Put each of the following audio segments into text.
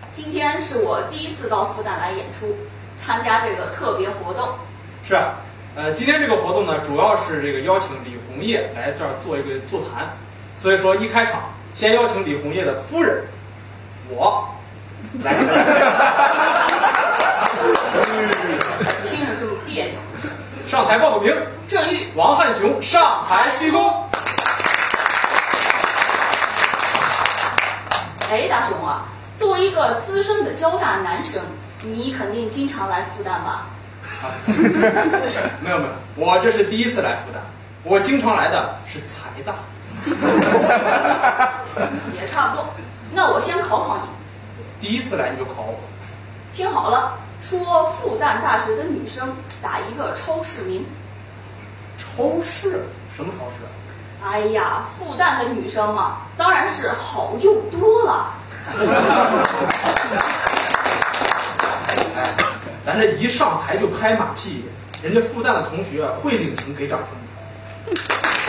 今天是我第一次到复旦来演出，参加这个特别活动。 是啊，今天这个活动呢，主要是这个邀请李红叶来这儿做一个座谈，所以说一开场先邀请李红叶的夫人，我来。 听着这么别扭。 上台报个名， 郑玉、 王汉雄上台鞠躬。 哎，大雄啊，作为一个资深的交大男生，你肯定经常来复旦吧？ 没有，我这是第一次来复旦，我经常来的是财大。 也差不多。那我先考考你。 第一次来你就考我？ 听好了，说复旦大学的女生打一个超市名。 超市？什么超市？ 哎呀，复旦的女生嘛，当然是好又多了。 哎，咱这一上台就拍马屁，人家复旦的同学会领情给掌声的。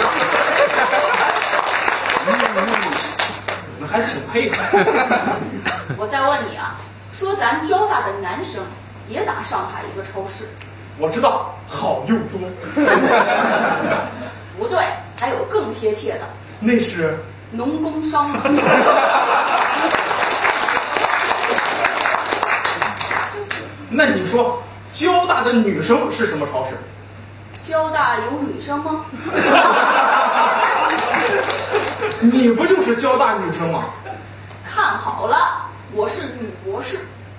你们还挺配合。 我再问你啊，说咱交大的男生也打上海一个超市。 我知道，好又多。 不对，还有更贴切的。 那是农工商。 那你说交大的女生是什么超市？ 交大有女生吗？ 你不就是交大女生吗？ 看好了，我是女博士。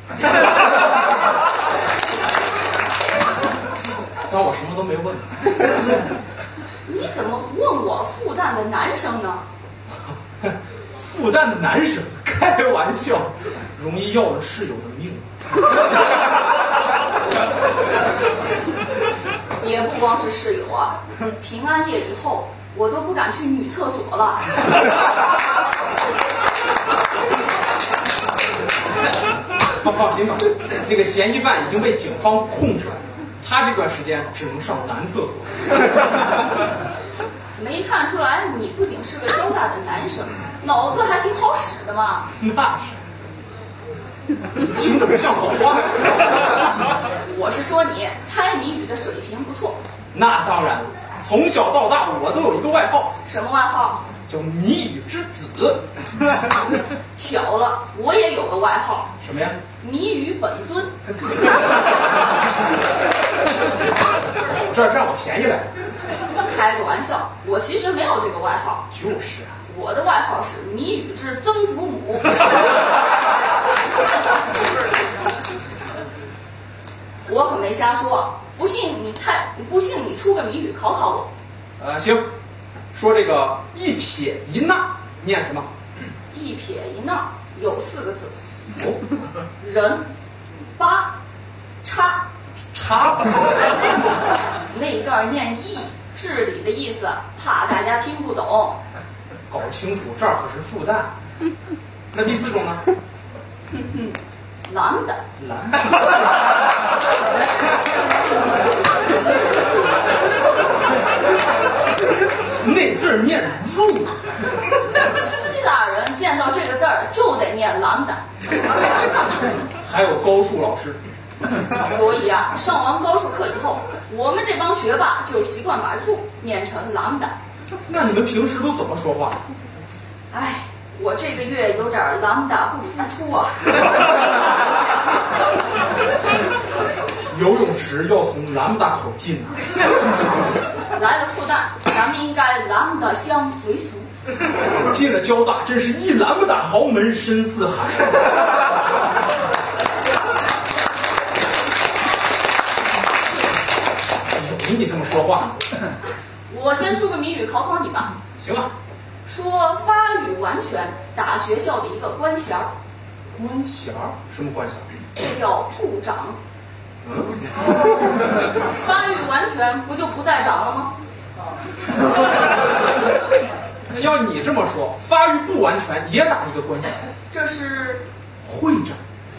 当我什么都没问。 你怎么问我复旦的男生呢？ 复旦的男生，开玩笑，容易要了室友的命。 也不光是室友啊，平安夜以后，我都不敢去女厕所了。 放心吧，那个嫌疑犯已经被警方控制了，他这段时间只能上男厕所。 没看出来你不仅是个交大的男生，脑子还挺好使的嘛。 那是，听着不像好话。 我是说你猜谜语的水平不错。 那当然，从小到大我都有一个外号。 什么外号？ 叫谜语之子。 巧了，我也有个外号。 什么呀？ 谜语本尊。 这占我便宜来了。 开个玩笑，我其实没有这个外号。 就是啊， 我的外号是谜语之曾祖母。我可没瞎说，不信你出个谜语考考我。 行，说这个一撇一捺念什么？ 一撇一捺有4个字。 哦， 人八叉。那字儿念义，治理的意思，怕大家听不懂。 搞清楚，这儿可是复旦。那第4种呢？ 蓝的。 那字儿念入。 希腊人见到这个字儿就得念蓝的。 还有高数老师。 所以啊，上完高数课以后，我们这帮学霸就习惯把入念成蓝的。 那你们平时都怎么说话？ 哎，我这个月有点蓝的不敷出啊。 游泳池要从蓝大口进啊。 来了复旦，咱们应该蓝的相随俗。 进了交大，真是一蓝不打豪门深似海。有你这么说话。 我先出个谜语考考你吧。 行啊。 说发育完全打学校的一个官衔儿。 官衔儿？什么官衔？ 这叫部长。发育完全不就不在长了吗？ 那要你这么说，发育不完全也打一个官衔。 这是会长。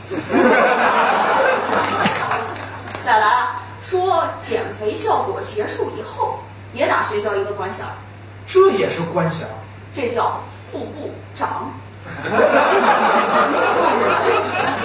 再来啊，说减肥效果结束以后也打学校一个官衔。 这也是官衔。 这叫副部长。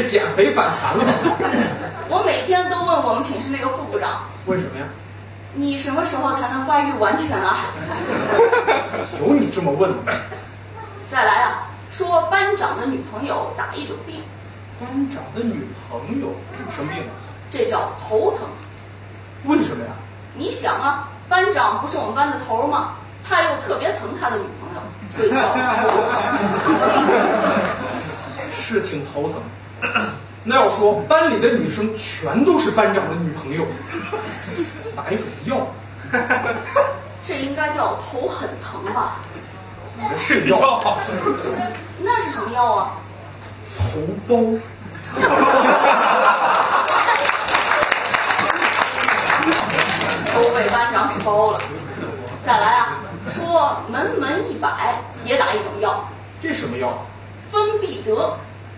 是减肥反弹了吗？ 我每天都问我们寝室那个副部长， 问什么呀？ 你什么时候才能发育完全啊？ 有你这么问的吗？ 再来啊，说班长的女朋友打一种病， 班长的女朋友生病了， 这叫头疼。 为什么呀？ 你想啊，班长不是我们班的头吗？他又特别疼他的女朋友，所以叫头疼。 是挺头疼。那要说班里的女生全都是班长的女朋友，打一种药， 这应该叫头很疼吧？ 你的是药， 那是什么药啊？ 头孢。 都被班长给包了。再来啊，说门100也打一种药， 这什么药？ 芬必得。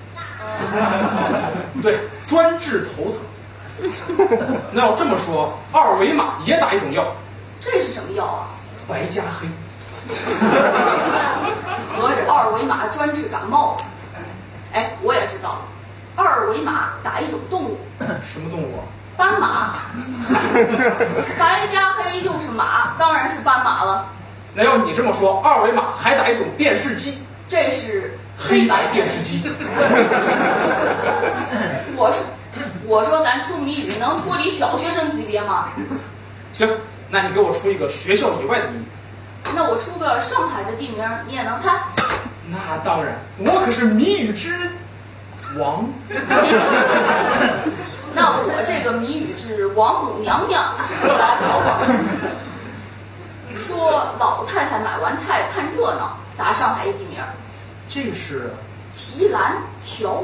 对，专治头疼。那要这么说，二维码也打一种药， 这是什么药啊？ 白加黑。 合着二维码专治感冒。哎，我也知道了，二维码打一种动物。 什么动物啊？ 斑马。白加黑又是马，当然是斑马了。 那要你这么说，二维码还打一种电视机， 这是黑白电视机。 我说咱出谜语能脱离小学生级别吗？ 行，那你给我出一个学校以外的谜语。 那我出个上海的地名，你也能猜？ 那当然，我可是谜语之王。 那我这个谜语是王母娘娘来考我。说老太太买完菜看热闹，打上海一地名， 这是提篮桥。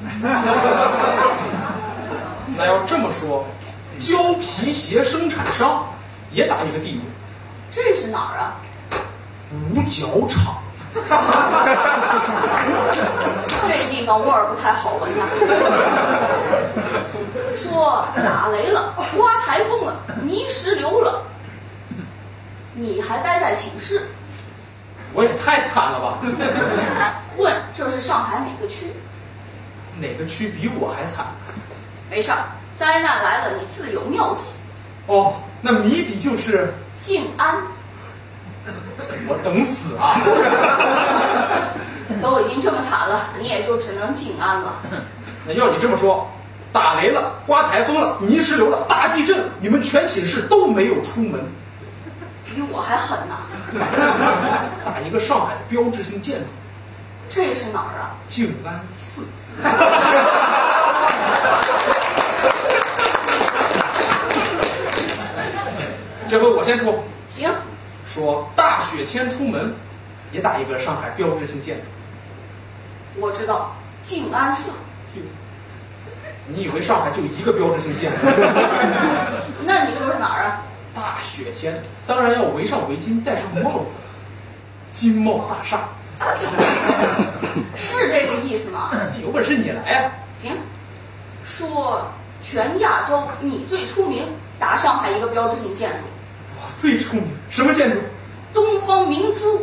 那要这么说，胶皮鞋生产商也打一个地名， 这是哪儿啊？ 五角场。 这地方味儿不太好闻呐。说打雷了，刮台风了，泥石流了，你还待在寝室？ 我也太惨了吧！ 问这是上海哪个区？ 哪个区比我还惨？ 没事儿，灾难来了你自有妙计。 哦，那谜底就是静安。 我等死啊！ 都已经这么惨了，你也就只能静安了。 那要你这么说，打雷了，刮台风了，泥石流了，大地震了，你们全寝室都没有出门， 比我还狠呐！ 打一个上海的标志性建筑， 这是哪儿啊？ 静安寺。这回我先说。 行。 说大雪天出门，也打一个上海标志性建筑。 我知道，静安寺。 你以为上海就一个标志性建筑？ 那你说是哪儿啊？ 大雪天当然要围上围巾，戴上帽子，金茂大厦。 是这个意思吗？ 有本事你来啊！ 行。说全亚洲你最出名，打上海一个标志性建筑。 哇，最出名什么建筑？ 东方明珠。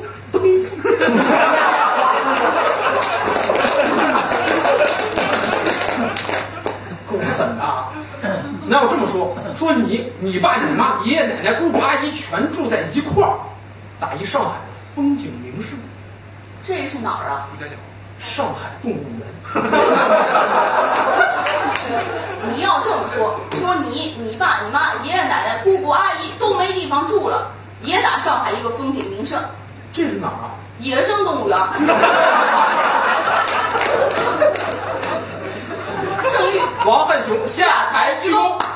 够狠啊！那要这么说，说你爸、你妈、爷爷奶奶、姑姑阿姨全住在一块儿，打一上海的风景名胜。 这是哪儿啊？ 上海动物园。 你要这么说，说你爸、你妈、爷爷奶奶、姑姑阿姨都没地方住了，也打上海一个风景名胜。 这是哪儿啊？ 野生动物园。郑玉、 王汉雄下台鞠躬。